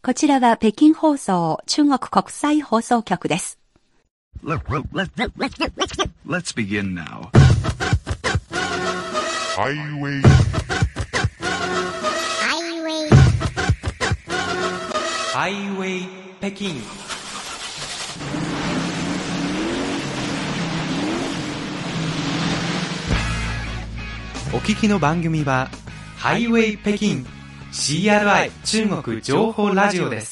こちらは北京放送中国国際放送局です。 Let's begin now. Highway 北京。お聞きの番組はハイウェイ北京 CRI 中国情報ラジオです。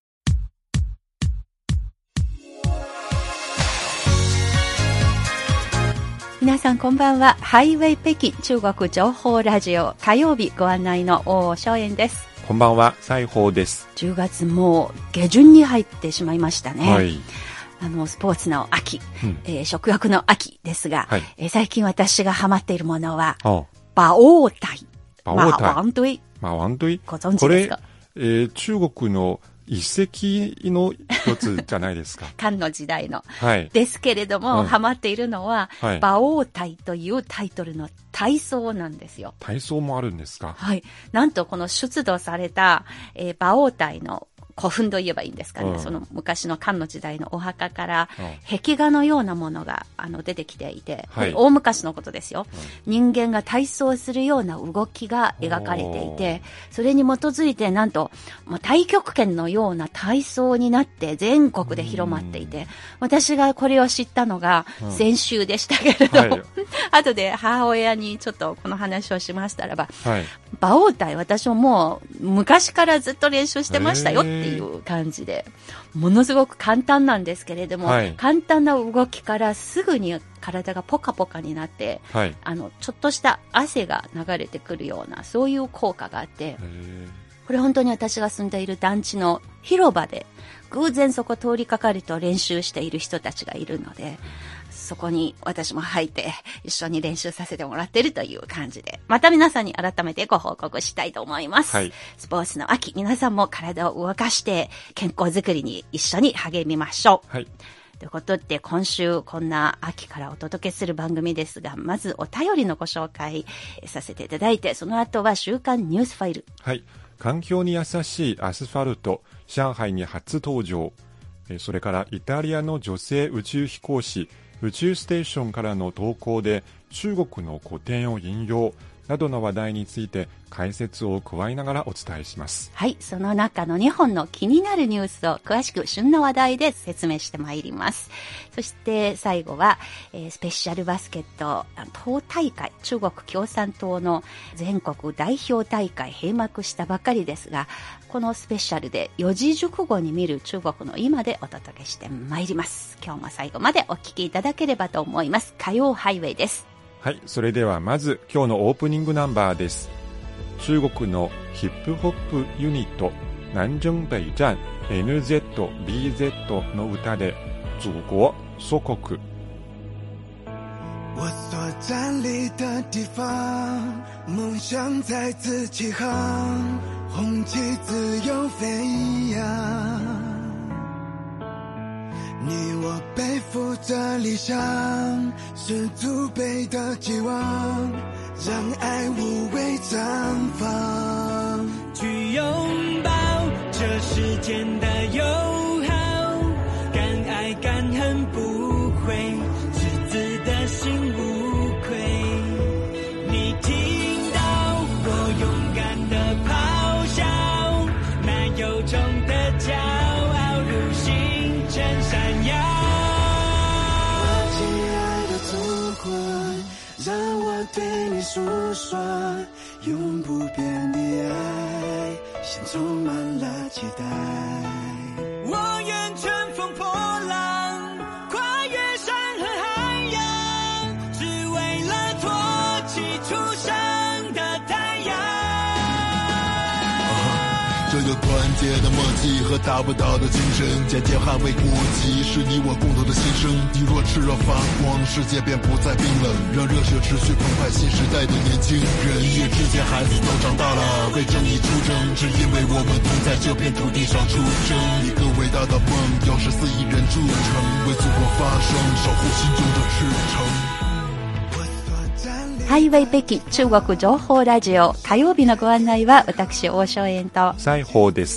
皆さんこんばんは。ハイウェイ北京中国情報ラジオ火曜日ご案内の王正燕です。 こんばんは、西宝です。 10月も下旬に入ってしまいましたね。 はい。 スポーツの秋、食欲の秋ですが、はい、最近私がハマっているものは、馬王台。馬王堆。馬王堆。ご存知ですか？ これ、中国の遺跡の一つじゃないですか。 漢の時代の。 はい。 ですけれども、ハマっているのは、馬王台というタイトルの体操なんですよ。 体操もあるんですか？ はい。なんとこの出土された、馬王台の古墳と言えばいいんですかね。その昔の漢の時代のお墓から、壁画のようなものが出てきていて、大昔のことですよ。人間が体操するような動きが描かれていて、それに基づいてなんと、太極拳のような体操になって全国で広まっていて、私がこれを知ったのが先週でしたけれど、後で母親にちょっとこの話をしましたらば、馬王台私ももう昔からずっと練習してましたよっていう感じで、ものすごく簡単なんですけれども、簡単な動きからすぐに体がポカポカになって、ちょっとした汗が流れてくるようなそういう効果があって、これ本当に私が住んでいる団地の広場で偶然そこ通りかかると練習している人たちがいるので、そこに私も入って一緒に練習させてもらっているという感じで、また皆さんに改めてご報告したいと思います。スポーツの秋、皆さんも体を動かして健康づくりに一緒に励みましょう。ということで今週こんな秋からお届けする番組ですが、まずお便りのご紹介させていただいて、その後は週刊ニュースファイル。 環境に優しいアスファルト、上海に初登場。それからイタリアの女性宇宙飛行士、宇宙ステーションからの投稿で中国の古典を引用などの話題について解説を加えながらお伝えします。 その中の2本の気になるニュースを詳しく旬な話題で説明してまいります。そして最後は、スペシャルバスケット党大会、中国共産党の全国代表大会閉幕したばかりですが、このスペシャルで四字熟語に見る中国の今でお届けしてまいります。今日も最後までお聞きいただければと思います。火曜ハイウェイです。 それではまず今日のオープニングナンバーです。中国のヒップホップユニット南征北战 NZBZ の歌で祖国祖国。 我所站立的地方，梦想再次起航，红旗自由飞扬。你我背负着理想，是祖辈的寄望，让爱无畏绽放。 去拥抱这世间的友好，敢爱敢恨不悔，赤子的心无愧。你听到我勇敢的咆哮，那由衷的骄傲如星辰闪耀。 我亲爱的祖国，让我对你诉说，永不变的爱，心充满了期待。 我愿乘风破浪，跨越山河海洋，只为了托起初升的太阳。 这个团结的默契和达不到的精神，渐渐捍卫国旗，是你我共同的心声。你若炽热发光，世界便不再冰冷，让热血持续澎湃，新时代的年轻人，也之间孩子都长大了，为正义出征，只因为我们同在这片土地上出生。一个伟大的梦，要14亿人铸成，为祖国发声，守护心中的赤诚。 ハイウェイ北京中国情報ラジオ火曜日のご案内は私王正燕と西宝です。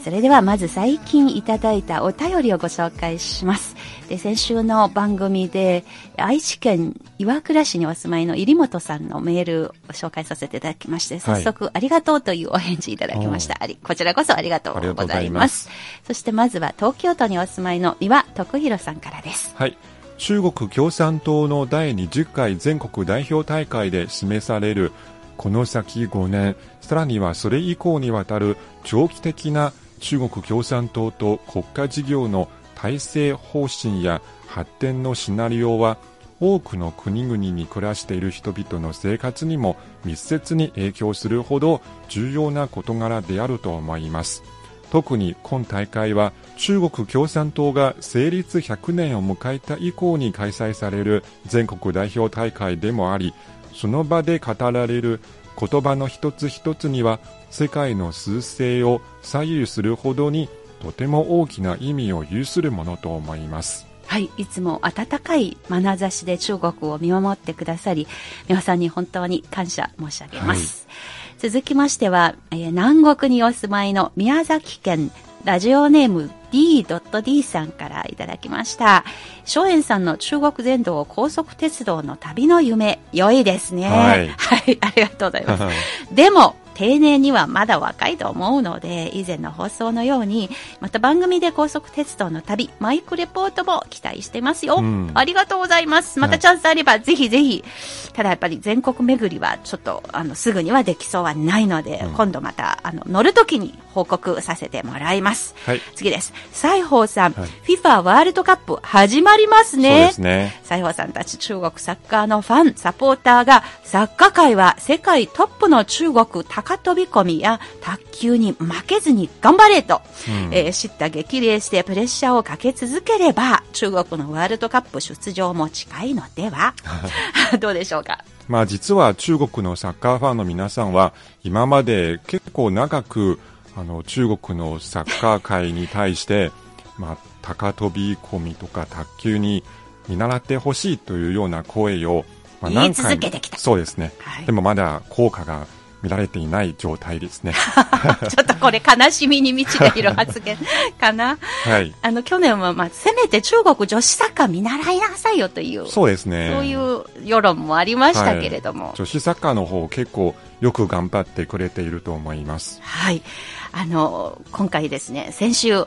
それではまず最近いただいたお便りをご紹介します。で、先週の番組で愛知県岩倉市にお住まいの入本さんのメールを紹介させていただきまして、早速ありがとうというお返事いただきました。こちらこそありがとうございます。そしてまずは東京都にお住まいの三輪徳弘さんからです。 はい。中国共産党の第20回全国代表大会で示されるこの先5年、さらにはそれ以降にわたる長期的な中国共産党と国家事業の体制方針や発展のシナリオは多くの国々に暮らしている人々の生活にも密接に影響するほど重要な事柄であると思います。特に今大会は中国共産党が成立100年を迎えた以降に開催される全国代表大会でもあり、その場で語られる言葉の一つ一つには世界の趨勢を左右するほどにとても大きな意味を有するものと思います。 はい、いつも温かい眼差しで中国を見守ってくださり、皆さんに本当に感謝申し上げます。はい、続きましては、南国にお住まいの宮崎県ラジオネーム D.D さんからいただきました。松園さんの中国全道高速鉄道の旅の夢、良いですね。はい、はい、ありがとうございます。でも定年にはまだ若いと思うので、以前の放送のようにまた番組で高速鉄道の旅マイクレポートも期待してますよ。ありがとうございます。またチャンスあれば、ぜひぜひ。ただやっぱり全国巡りはちょっとすぐにはできそうはないので、今度また乗るときに報告させてもらいます。はい、次です。西郷さん、FIFA ワールドカップ始まりますね。そうですね。西郷さんたち中国サッカーのファンサポーターが、サッカー界は世界トップの中国高飛び込みや卓球に負けずに頑張れと、知った激励してプレッシャーをかけ続ければ中国のワールドカップ出場も近いのではどうでしょうか。 まあ実は中国のサッカーファンの皆さんは今まで結構長く中国のサッカー界に対して、高飛び込みとか卓球に見習ってほしいというような声を、 言い続けてきた。 そうですね。はい、でもまだ効果が見られていない状態ですね。 ちょっとこれ悲しみに満ちている発言かな。はい。去年はせめて中国女子サッカー見習いなさいよという。そうですね。そういう世論もありましたけれども。 女子サッカーの方結構よく頑張ってくれていると思います。 はい。今回ですね、先週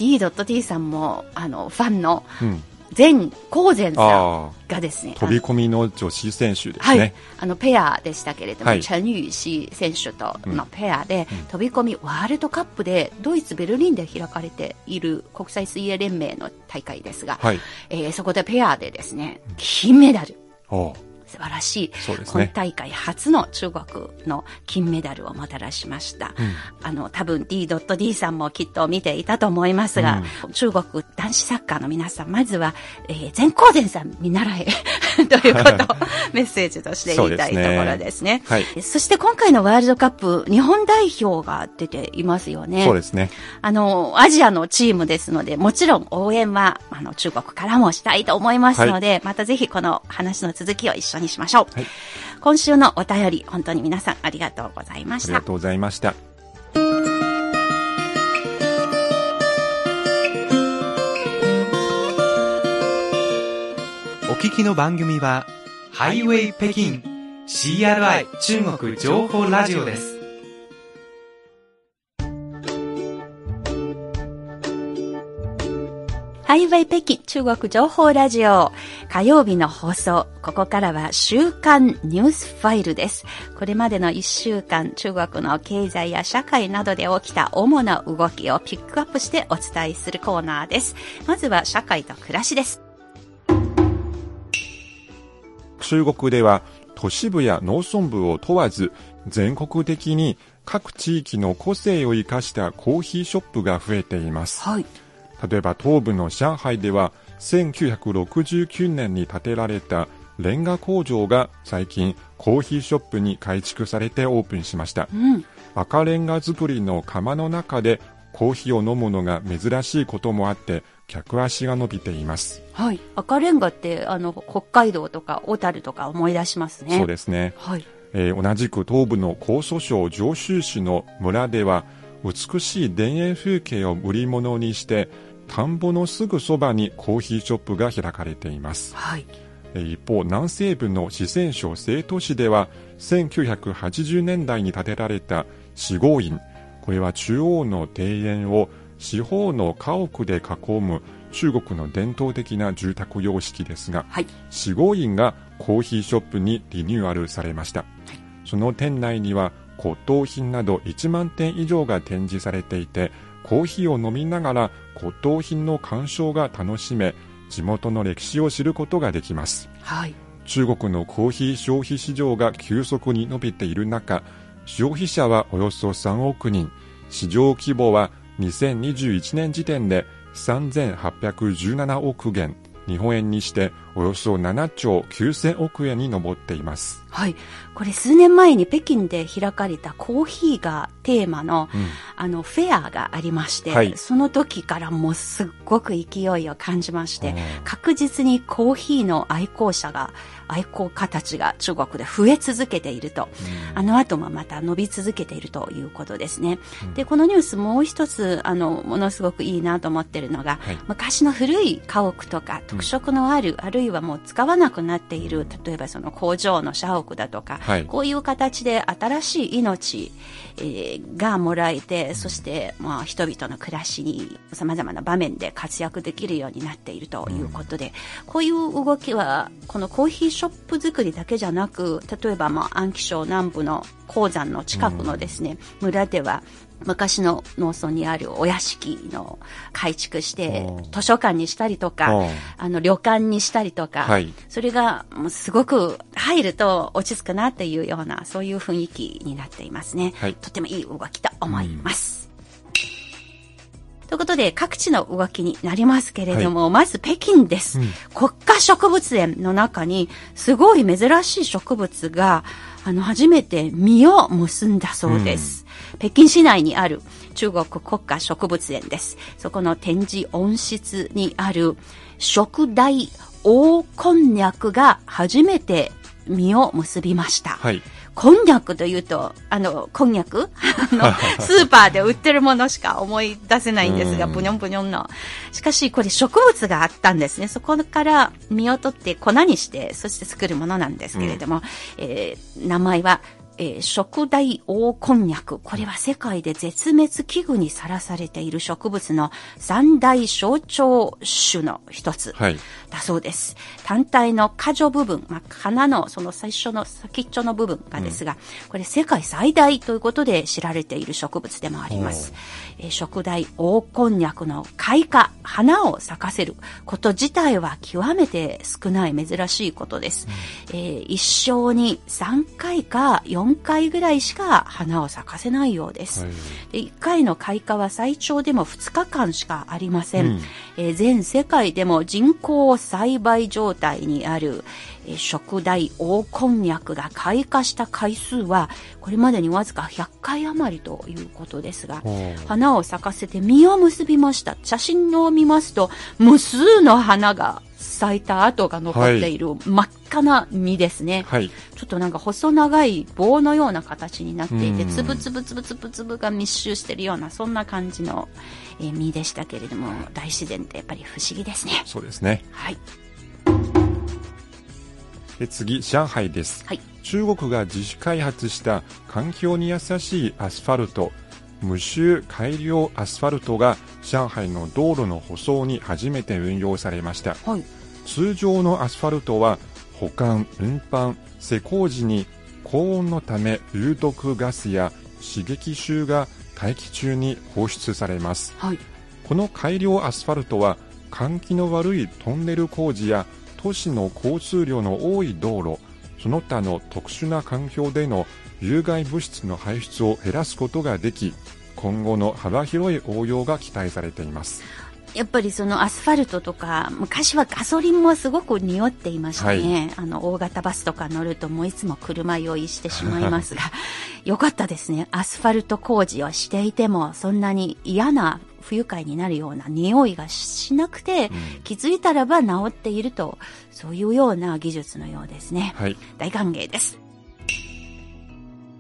D.D さんもファンの、前光前さんがですね、 飛び込みの女子選手ですね。 はい、ペアでしたけれども、陳雨欣選手とのペアで、飛び込みワールドカップでドイツベルリンで開かれている国際水泳連盟の大会ですが、そこでペアでですね、金メダル。素晴らしい、今大会初の中国の金メダルをもたらしました。多分 D.D さんもきっと見ていたと思いますが、中国男子サッカーの皆さん、まずは、前光前さん見習えということをメッセージとして言いたいところですね。そして今回のワールドカップ、日本代表が出ていますよね。 そうですね。 アジアのチームですので、もちろん応援は中国からもしたいと思いますので、またぜひこの話の続きを一緒にしましょう。今週のお便り、本当に皆さんありがとうございました。 ありがとうございました。 お聞きの番組はハイウェイ北京 CRI 中国情報ラジオです。 ハイウェイ北京中国情報ラジオ火曜日の放送。ここからは週刊ニュースファイルです。これまでの1週間、中国の経済や社会などで起きた主な動きをピックアップしてお伝えするコーナーです。まずは社会と暮らしです。 中国では都市部や農村部を問わず全国的に各地域の個性を生かしたコーヒーショップが増えています。はい。例えば東部の上海では1969年に建てられたレンガ工場が最近コーヒーショップに改築されてオープンしました。赤レンガ作りの窯の中でコーヒーを飲むのが珍しいこともあって客足が伸びています。 はい。赤レンガって北海道とか小樽とか思い出しますね。 そうですね。はい。同じく東部の江蘇省常州市の村では美しい田園風景を売り物にして田んぼのすぐそばにコーヒーショップが開かれています、 はい、 一方南西部の四川省成都市では1980年代に建てられた四合院、これは中央の庭園を四方の家屋で囲む中国の伝統的な住宅様式ですが、 はい、 四合院がコーヒーショップにリニューアルされました、はい、その店内には骨董品など1万点以上が展示されていて、コーヒーを飲みながら骨董品の鑑賞が楽しめ、地元の歴史を知ることができます、 はい、 中国のコーヒー消費市場が急速に伸びている中、消費者はおよそ3億人、市場規模は2021年時点で3817億元、日本円にしておよそ7兆9000億円に上っています。 はい。これ数年前に北京で開かれたコーヒーがテーマの、フェアがありまして、はい、その時からもうすっごく勢いを感じまして、確実にコーヒーの愛好家たちが中国で増え続けていると、後もまた伸び続けているということですね。で、このニュースもう一つ、ものすごくいいなと思っているのが、はい、昔の古い家屋とか特色のある、あるいはもう使わなくなっている、例えばその工場の社屋だとか、はい、こういう形で新しい命、がもらえて、そして、人々の暮らしに様々な場面で活躍できるようになっているということで、こういう動きは、このコーヒーショップ作りだけじゃなく、例えば安徽省南部の鉱山の近くのですね、村では、昔の農村にあるお屋敷の改築して図書館にしたりとか、旅館にしたりとか、はい、それがすごく入ると落ち着くなっていうような、そういう雰囲気になっていますね。はい、とてもいい動きと思います。ということで、各地の動きになりますけれども、はい、まず北京です。国家植物園の中にすごい珍しい植物が初めて実を結んだそうです。北京市内にある中国国家植物園です。そこの展示温室にある食大黄こんにゃくが初めて実を結びました。はい、こんにゃくというと、こんにゃくスーパーで売ってるものしか思い出せないんですが、ブニョンブニョンの。しかし、これ植物があったんですね。そこから実を取って粉にして、そして作るものなんですけれども、名前は、食大黄こんにゃく。これは世界で絶滅危惧にさらされている植物の三大象徴種の一つだそうです。単体の果樹部分、花のその最初の先っちょの部分がですが、これ世界最大ということで知られている植物でもあります。食大黄こんにゃくの開花、花を咲かせること自体は極めて少ない珍しいことです。一生に3回か4回ぐらいしか花を咲かせないようです。で、1回の開花は最長でも2日間しかありません。全世界でも人工栽培状態にある食大黄こんにゃくが開花した回数はこれまでにわずか100回余りということですが、花を咲かせて実を結びました。写真を見ますと無数の花が咲いた跡が残っている真っ赤な実ですね。はい、ちょっとなんか細長い棒のような形になっていて、つぶつぶつぶつぶつぶが密集しているような、そんな感じの実でしたけれども、大自然ってやっぱり不思議ですね。 そうですね。はい。で、次、上海です。はい。中国が自主開発した環境に優しいアスファルト、無臭改良アスファルトが上海の道路の舗装に初めて運用されました。はい。通常のアスファルトは保管、運搬、施工時に高温のため有毒ガスや刺激臭が大気中に放出されます。はい、この改良アスファルトは換気の悪いトンネル工事や都市の交通量の多い道路、その他の特殊な環境での有害物質の排出を減らすことができ、今後の幅広い応用が期待されています。 やっぱりそのアスファルトとか、昔はガソリンもすごく匂っていましたね。はい、大型バスとか乗るともういつも車酔いしてしまいますが、よかったですね。アスファルト工事をしていても、そんなに嫌な不愉快になるような匂いがしなくて、気づいたらば治っていると、そういうような技術のようですね。はい、大歓迎です。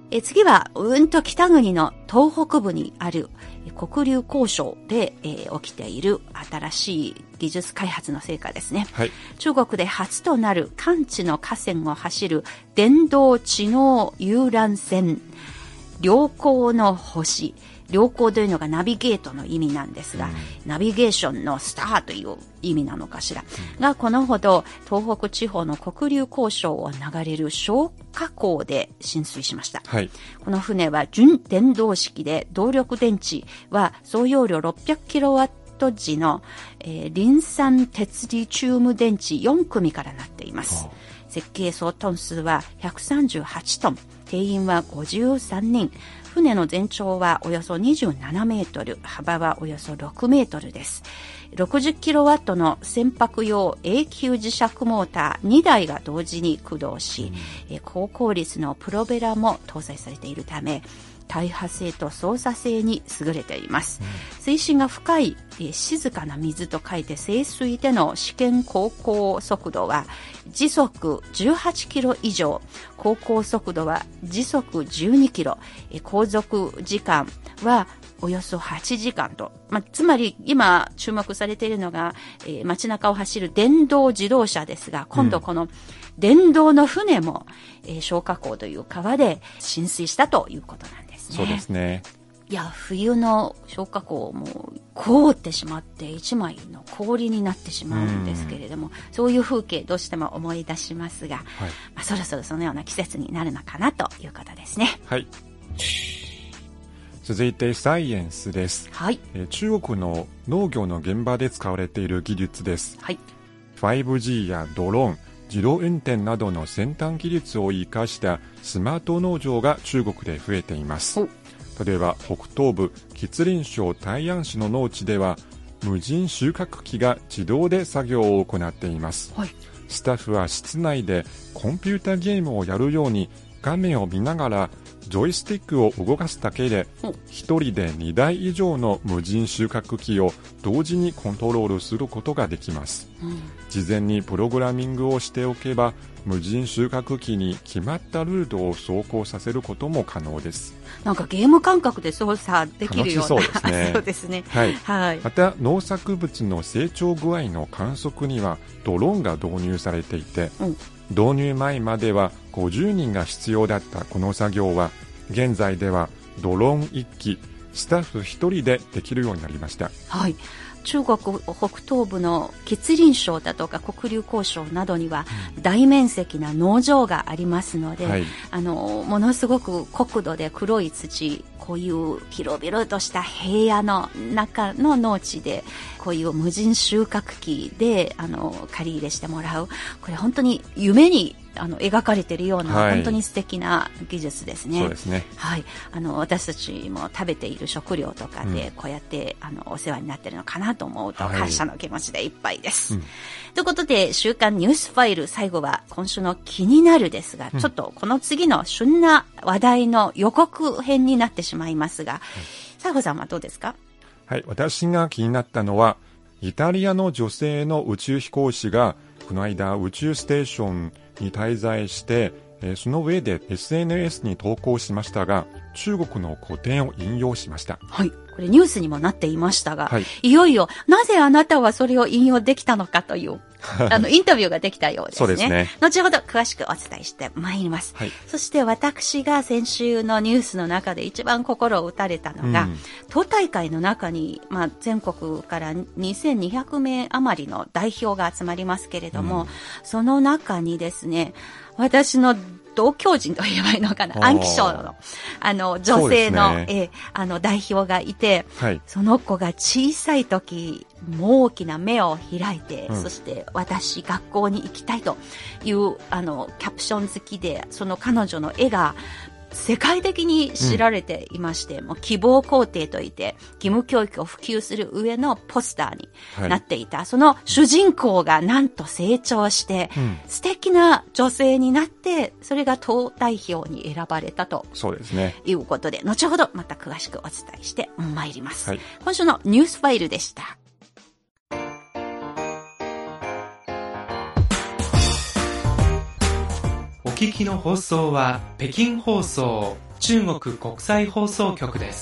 次は、うんと北国の東北部にある黒竜江省で、起きている新しい技術開発の成果ですね。 はい、 中国で初となる寒地の河川を走る電動知能遊覧船、良好の星。良好というのがナビゲートの意味なんですが、ナビゲーションのスターという意味なのかしら。が、このほど東北地方の黒竜江省を流れる松花港で浸水しました。 はい、 この船は純電動式で、動力電池は総容量600キロワット時の、リン酸鉄リチウム電池4組からなっています。設計総トン数は138トン、定員は53人。船の全長はおよそ27メートル、幅はおよそ6メートルです。60キロワットの船舶用永久磁石モーター2台が同時に駆動し、高効率のプロペラも搭載されているため、耐波性と操作性に優れています。水深が深い、静かな水と書いて静水での試験航行速度は時速18キロ以上、航行速度は時速12キロ、航続時間はおよそ8時間と、つまり今注目されているのが、街中を走る電動自動車ですが、今度この電動の船も、松花港という川で浸水したということなんですね。 そうですね。 いや、冬の松花港も凍ってしまって一枚の氷になってしまうんですけれども、そういう風景どうしても思い出しますが、はい、そろそろそのような季節になるのかなということですね。 はい。続いてサイエンスです。 はい。 中国の農業の現場で使われている技術です。 はい。 5G やドローン、自動運転などの先端技術を生かしたスマート農場が中国で増えています。例えば北東部吉林省大安市の農地では無人収穫機が自動で作業を行っています。 はい、 スタッフは室内でコンピュータゲームをやるように画面を見ながらジョイスティックを動かすだけで1人で2台以上の無人収穫機を同時にコントロールすることができます。事前にプログラミングをしておけば無人収穫機に決まったルートを走行させることも可能です。 なんかゲーム感覚で操作できるような。 楽しそうですね。 そうですね。 はい。はい、また農作物の成長具合の観測にはドローンが導入されていて、導入前までは50人が必要だったこの作業は現在ではドローン1機スタッフ1人でできるようになりました。 はい。中国北東部の吉林省だとか黒竜江省などには大面積な農場がありますので、ものすごく国土で黒い土、こういう広々とした平野の中の農地でこういう無人収穫機で借り入れしてもらう、これ本当に夢に描かれているような、本当に素敵な技術ですね。 そうですね。 はい。私たちも食べている食料とかでこうやってお世話になっているのかなと思うと感謝の気持ちでいっぱいです。ということで週刊ニュースファイル、最後は今週の気になるですが、ちょっとこの次の旬な話題の予告編になってしまいますが、西郷さんはどうですか？ はい、私が気になったのはイタリアの女性の宇宙飛行士がこの間宇宙ステーションに滞在して、その上で SNS に投稿しましたが、中国の古典を引用しました。 はい。これニュースにもなっていましたが、いよいよなぜあなたはそれを引用できたのかというインタビューができたようですね。 そうですね。 後ほど詳しくお伝えしてまいります。はい、そして私が先週のニュースの中で一番心を打たれたのが、党大会の中に、全国から2200名余りの代表が集まりますけれども、その中にですね、私の同郷人と言えばいいのかな、安徽省の女性の、代表がいて、その子が小さい時もう大きな目を開いて、そして私学校に行きたいというキャプション好きで、その彼女の絵が世界的に知られていまして、もう希望肯定といって義務教育を普及する上のポスターになっていた、その主人公がなんと成長して、素敵な女性になって、それが党代表に選ばれたということで、後ほどまた詳しくお伝えしてまいります。今週のニュースファイルでした。 お聞きの放送は北京放送中国国際放送局です。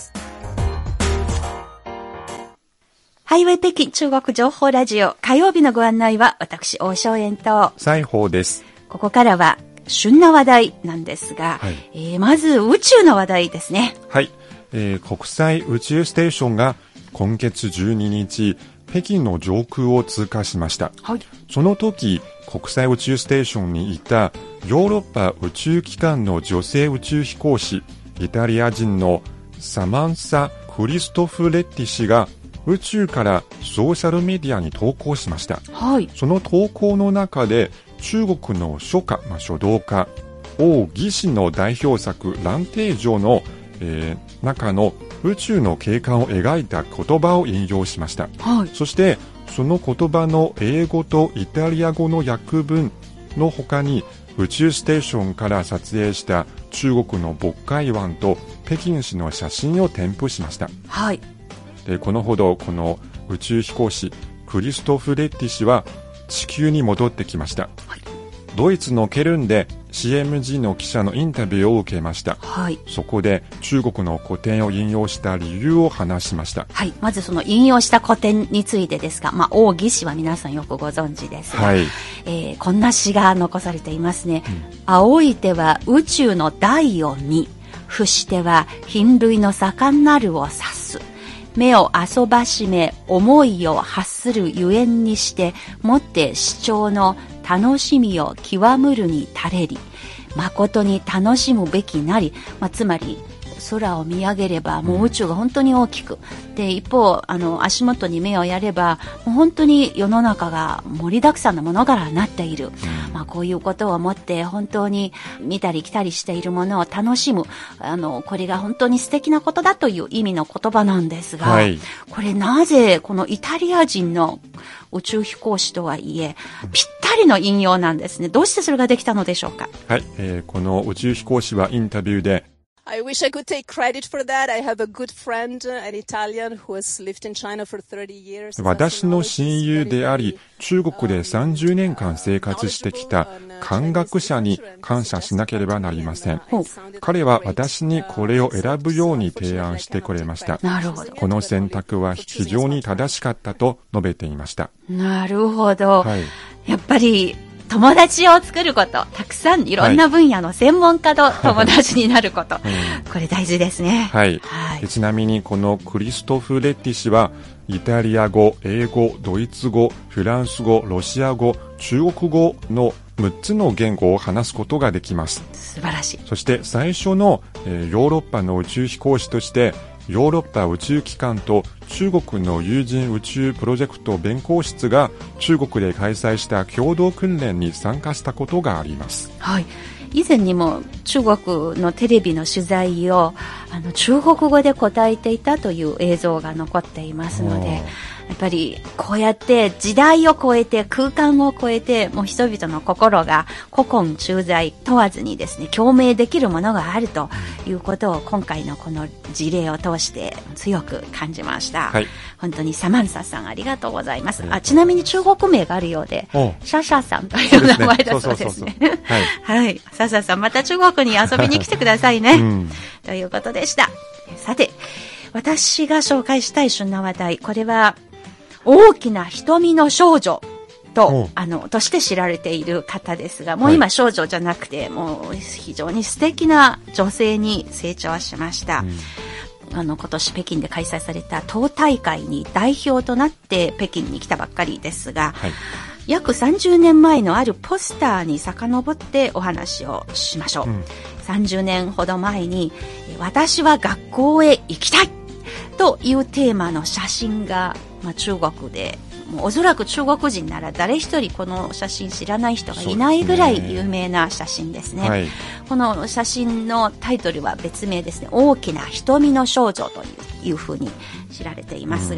ハイウェイ北京中国情報ラジオ火曜日のご案内は私王正円と西宝です。 ここからは旬な話題なんですが、はい、まず宇宙の話題ですね。 はい、国際宇宙ステーションが今月12日北京の上空を通過しました。はい、その時国際宇宙ステーションにいたヨーロッパ宇宙機関の女性宇宙飛行士イタリア人のサマンサ・クリストフ・レッティ氏が宇宙からソーシャルメディアに投稿しました。はい、その投稿の中で中国の書家、書道家王義士の代表作蘭亭序の、中の宇宙の景観を描いた言葉を引用しました。はい、そしてその言葉の英語とイタリア語の訳文の他に宇宙ステーションから撮影した中国の渤海湾と北京市の写真を添付しました。はい、でこのほどこの宇宙飛行士クリストフ・レッティ氏は地球に戻ってきました。はい、ドイツのケルンで CMG の記者のインタビューを受けました。はい、そこで中国の古典を引用した理由を話しました。 はい、まずその引用した古典についてですが、王義士は皆さんよくご存知ですが、はい、こんな詩が残されていますね。仰いては宇宙の大を見、伏しては貧類の盛んなるを指す。目を遊ばしめ思いを発するゆえんにしてもって視聴の楽しみを極むるに足れり誠に楽しむべきなり、つまり空を見上げればもう宇宙が本当に大きくで、一方足元に目をやればもう本当に世の中が盛りだくさんなものからなっている、こういうことを思って本当に見たり来たりしているものを楽しむ、これが本当に素敵なことだという意味の言葉なんですが、はい、これなぜこのイタリア人の宇宙飛行士とはいえぴったりの引用なんですね。どうしてそれができたのでしょうか。 はい、この宇宙飛行士はインタビューで I wish I could take credit for that. I have a good friend, an Italian, who has lived in China for 30 years. 私の親友であり、中国で30年間生活してきた漢学者に感謝しなければなりません。彼は私にこれを選ぶように提案してくれました。なるほど。この選択は非常に正しかったと述べていました。 なるほど。はい、やっぱり友達を作ること、たくさんいろんな分野の専門家と友達になること、はい、これ大事ですね。 はい。はい、ちなみにこのクリストフ・レッティ氏はイタリア語、英語、ドイツ語、フランス語、ロシア語、中国語の6つの言語を話すことができます。 素晴らしい。 そして最初の、ヨーロッパの宇宙飛行士としてヨーロッパ宇宙機関と中国の有人宇宙プロジェクト弁公室が中国で開催した共同訓練に参加したことがあります。 はい。以前にも中国のテレビの取材を中国語で答えていたという映像が残っていますので、やっぱりこうやって時代を超えて空間を超えてもう人々の心が古今中在問わずにですね共鳴できるものがあるということを今回のこの事例を通して強く感じました。はい、本当にサマンサさんありがとうございます。ちなみに中国名があるようでシャシャさんという名前だそうですね。はい、シャシャさんまた中国に遊びに来てくださいね、ということでした。さて私が紹介したい旬な話題、これは大きな瞳の少女ととして知られている方ですが、もう今少女じゃなくて、もう非常に素敵な女性に成長しました。今年北京で開催された党大会に代表となって北京に来たばっかりですが、約30年前のあるポスターに遡ってお話をしましょう。30年ほど前に私は学校へ行きたいというテーマの写真が、中国でもうおそらく中国人なら誰一人この写真知らない人がいないぐらい有名な写真ですね。はい、この写真のタイトルは別名ですね、大きな瞳の少女というふうに知られていますが、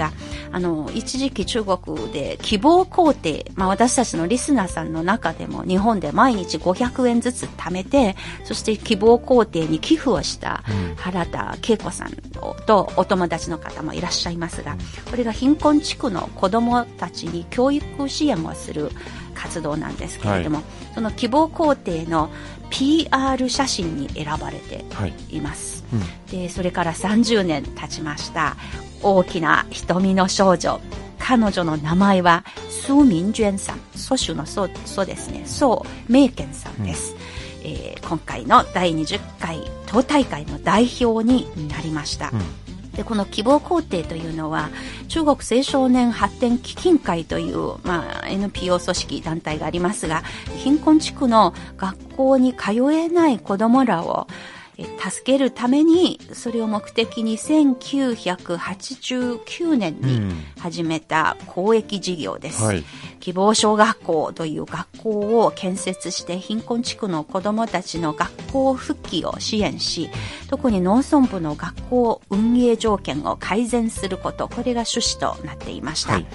一時期中国で希望工程、私たちのリスナーさんの中でも日本で毎日500円ずつ貯めて、そして希望工程に寄付をした原田恵子さんとお友達の方もいらっしゃいますが、これが貧困地区の子どもたちに教育支援をする活動なんですけれども、その希望工程の PR 写真に選ばれています、でそれから30年経ちました。大きな瞳の少女、彼女の名前は蘇明娟さん、蘇州の蘇ですね、蘇明娟さんです、今回の第20回党大会の代表になりました、でこの希望工程というのは中国青少年発展基金会という、NPO 組織団体がありますが、貧困地区の学校に通えない子どもらを助けるために、それを目的に1989年に始めた公益事業です、希望小学校という学校を建設して貧困地区の子どもたちの学校復帰を支援し、特に農村部の学校運営条件を改善すること、これが趣旨となっていました、で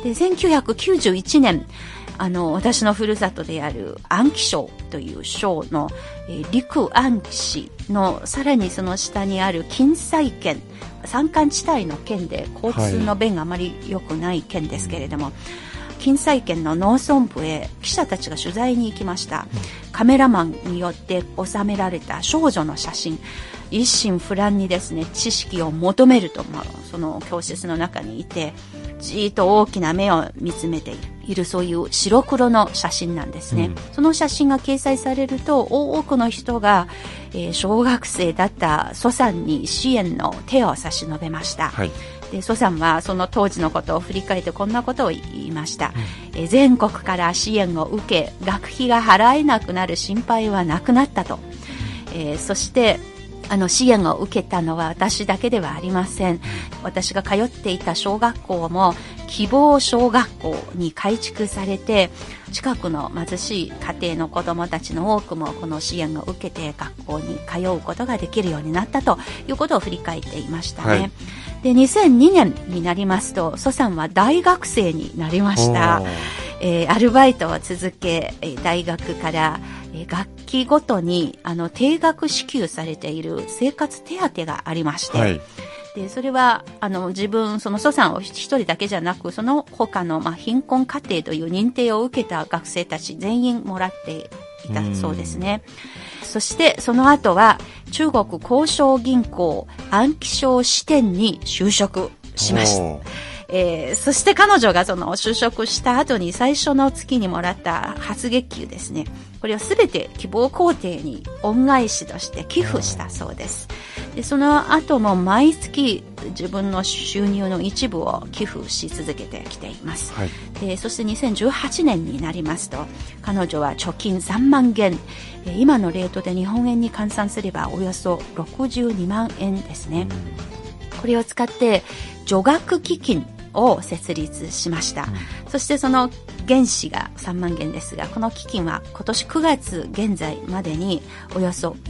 1991年私のふるさとである安徽省という省の、陸安市のさらにその下にある金西県、山間地帯の県で交通の便があまり良くない県ですけれども、金西県の農村部へ記者たちが取材に行きました、カメラマンによって収められた少女の写真、一心不乱にですね、知識を求めると、その教室の中にいてじーっと大きな目を見つめている、そういう白黒の写真なんですね、その写真が掲載されると多くの人が、小学生だった蘇さんに支援の手を差し伸べました、で蘇さんはその当時のことを振り返ってこんなことを言いました、全国から支援を受け学費が払えなくなる心配はなくなったと、そして支援を受けたのは私だけではありません。私が通っていた小学校も希望小学校に改築されて、近くの貧しい家庭の子どもたちの多くもこの支援を受けて学校に通うことができるようになったということを振り返っていましたね、で2002年になりますと蘇さんは大学生になりました、アルバイトを続け、大学から学期ごとに定額支給されている生活手当がありまして、でそれは自分その蘇さんを一人だけじゃなく、その他の貧困家庭という認定を受けた学生たち全員もらっていたそうですね。そしてその後は中国工商銀行安徽省支店に就職しました。そして彼女がその就職した後に最初の月にもらった初月給ですね、これをすべて希望工程に恩返しとして寄付したそうです。でその後も毎月自分の収入の一部を寄付し続けてきています、でそして2018年になりますと彼女は貯金3万元、今のレートで日本円に換算すればおよそ62万円ですね。これを使って助学基金を設立しました、そしてその原資が3万元ですが、この基金は今年9月現在までにおよそ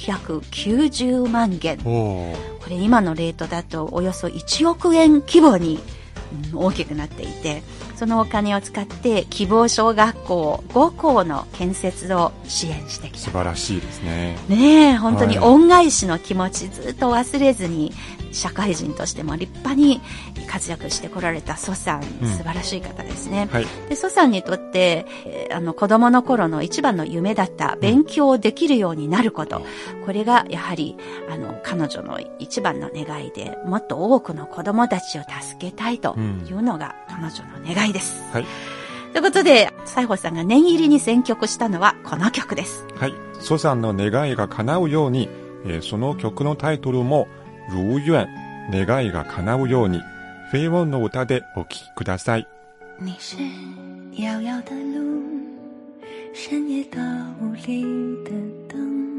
490万元、これ今のレートだとおよそ1億円規模に大きくなっていて、そのお金を使って希望小学校5校の建設を支援してきた。 素晴らしいですね。 ねえ、本当に恩返しの気持ちずっと忘れずに社会人としても立派に活躍してこられた蘇さん、素晴らしい方ですね、で蘇さんにとって、子供の頃の一番の夢だった勉強できるようになること、これがやはり彼女の一番の願いで、もっと多くの子供たちを助けたいというのが彼女の願いです、ということで西郷さんが念入りに選曲したのはこの曲です。 蘇さんの願いが叶うように、その曲のタイトルも如願、願いが叶うように、フェイウォンの歌でお聴きください。 你是遥遥的路，深夜到无力的灯，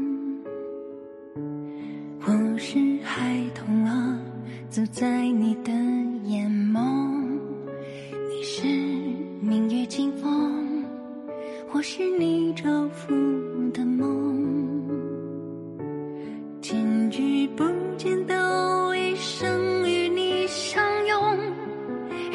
我是孩童啊，走在你的眼眸，你是明月清风，我是你照拂的梦，听遇不见的一生与你相拥，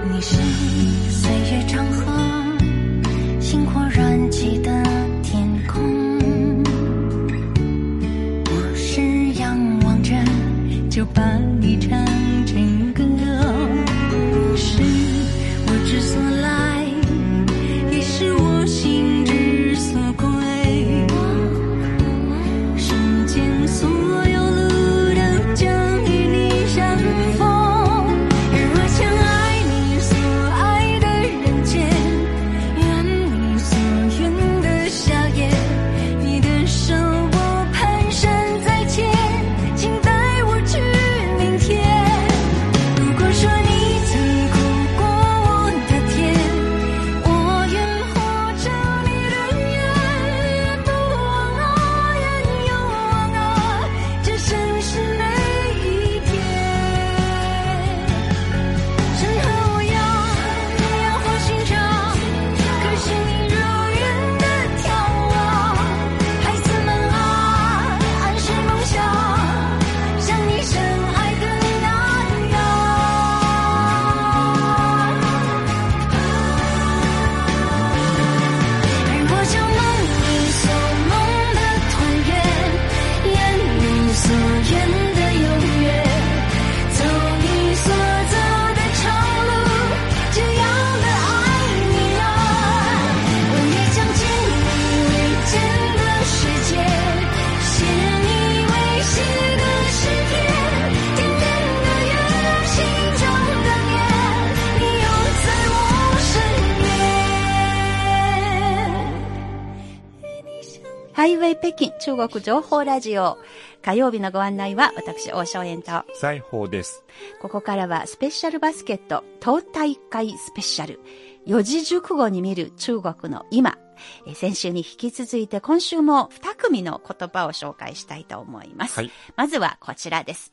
你是岁月长河星火燃起的天空，我是仰望着就把你唱成歌，你是我之所来，也是我心之所归，世间所有路都将与你相逢，而我想爱你所爱的人间，愿你所愿的笑颜，你的手我蹒跚在牵，请带我去明天。如果说你曾哭过我的甜，我愿活成你的愿，愿不忘啊，愿永忘啊，这生是每一天。身和我要烟火寻常，可是你如愿的眺望，孩子们啊，安睡梦乡，像你深爱的那样。而我想梦你所梦的团圆，愿你所愿的永远，走你所走的长路，这样的爱你啊。我也将见你未见的世界，写你未写的诗篇，天边的月，心中的念，你永在我身边。 ハイウェイ北京中国情報ラジオ。火曜日のご案内は私、大正円と。 裁縫です。 ここからはスペシャルバスケット党大会スペシャル。四字熟語に見る中国の今。先週に引き続いて今週も2組の言葉を紹介したいと思います。 はい。 まずはこちらです。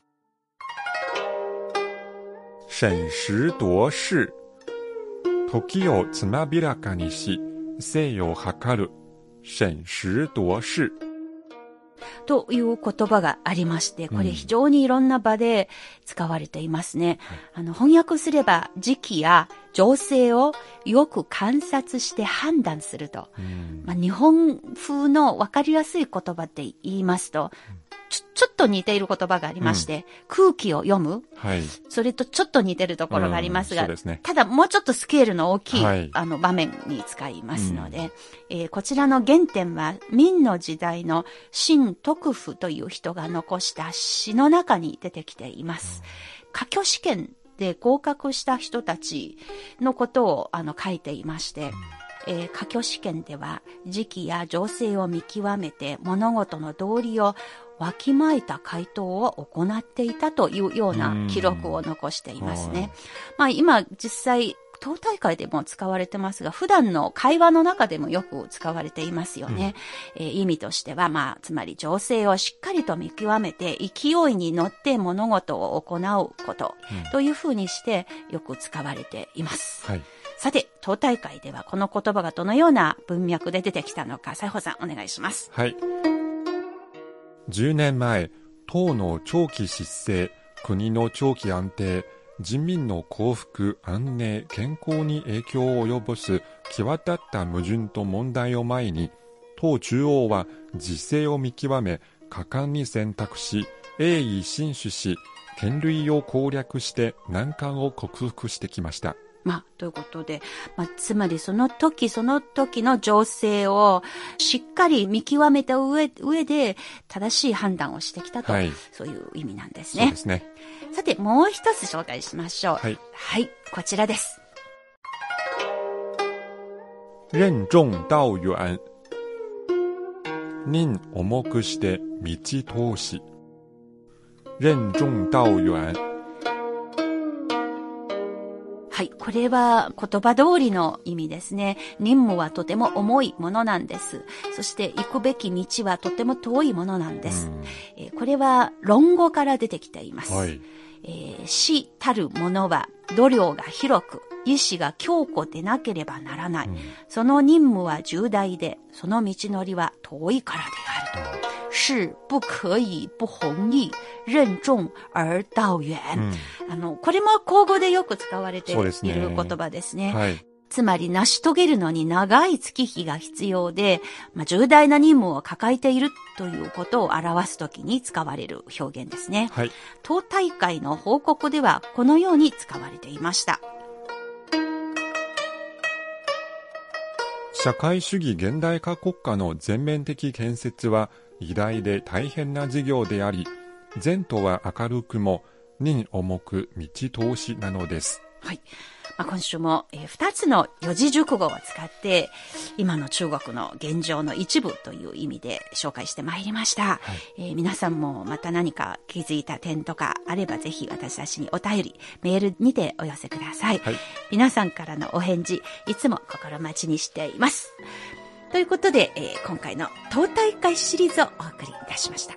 審時度勢。時をつまびらかにし、生を図る。審時度勢。 という言葉がありまして、これ非常にいろんな場で使われていますね。翻訳すれば時期や情勢をよく観察して判断すると。日本風のわかりやすい言葉って言いますと、ちょっと似ている言葉がありまして、空気を読む、はい、それとちょっと似てるところがありますが、そうですね、ただもうちょっとスケールの大きい、はい、場面に使いますので、こちらの原点は明の時代の秦徳福という人が残した詩の中に出てきています。科挙試験で合格した人たちのことを書いていまして、科挙試験では時期や情勢を見極めて物事の道理をわきまいた回答を行っていたというような記録を残していますね。今実際党大会でも使われてますが、普段の会話の中でもよく使われていますよね。意味としては、つまり情勢をしっかりと見極めて勢いに乗って物事を行うことというふうにしてよく使われています。はい、さて、党大会ではこの言葉がどのような文脈で出てきたのか、西郷さんお願いします。 はい。10年前、党の長期失勢、国の長期安定、人民の幸福、安寧、健康に影響を及ぼす際立った矛盾と問題を前に、党中央は時勢を見極め、果敢に選択し、鋭意慎守し、権類を攻略して難関を克服してきました。 ということで、つまりその時その時の情勢をしっかり見極めた上で正しい判断をしてきたと、はい、そういう意味なんですね。 そうですね。 さて、もう一つ紹介しましょう。 はい。 はい、こちらです。 任重道遠。任重くして道通し。任重道遠。 はい、これは言葉通りの意味ですね。任務はとても重いものなんです。そして行くべき道はとても遠いものなんです。これは論語から出てきています。はい、士たる者は度量が広く、意志が強固でなければならない。その任務は重大で、その道のりは遠いからであると。 是不可以不同意任重而道遠、これも口語でよく使われている言葉ですね。はい、つまり成し遂げるのに長い月日が必要で、重大な任務を抱えているということを表すときに使われる表現ですね。はい、党大会の報告ではこのように使われていました。 社会主義現代化国家の全面的建設は偉大で大変な事業であり、前途は明るくも任重く道通しなのです。 はい。今週も2つの四字熟語を使って今の中国の現状の一部という意味で紹介してまいりました。はい、皆さんもまた何か気づいた点とかあればぜひ私たちにお便りメールにてお寄せください。はい、皆さんからのお返事いつも心待ちにしています。ということで、今回の党大会シリーズをお送りいたしました。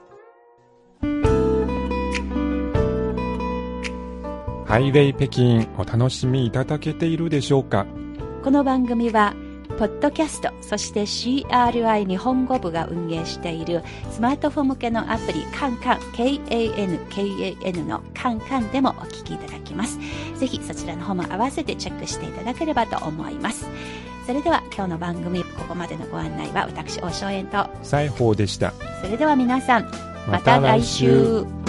ハイウェイ北京お楽しみいただけているでしょうか。 この番組はポッドキャストそして CRI 日本語部が運営しているスマートフォン向けのアプリカンカン KAN のカンカンでもお聞きいただきます。ぜひそちらの方も合わせてチェックしていただければと思います。それでは今日の番組ここまでのご案内は私大正円と西宝でした。 それでは皆さんまた来週。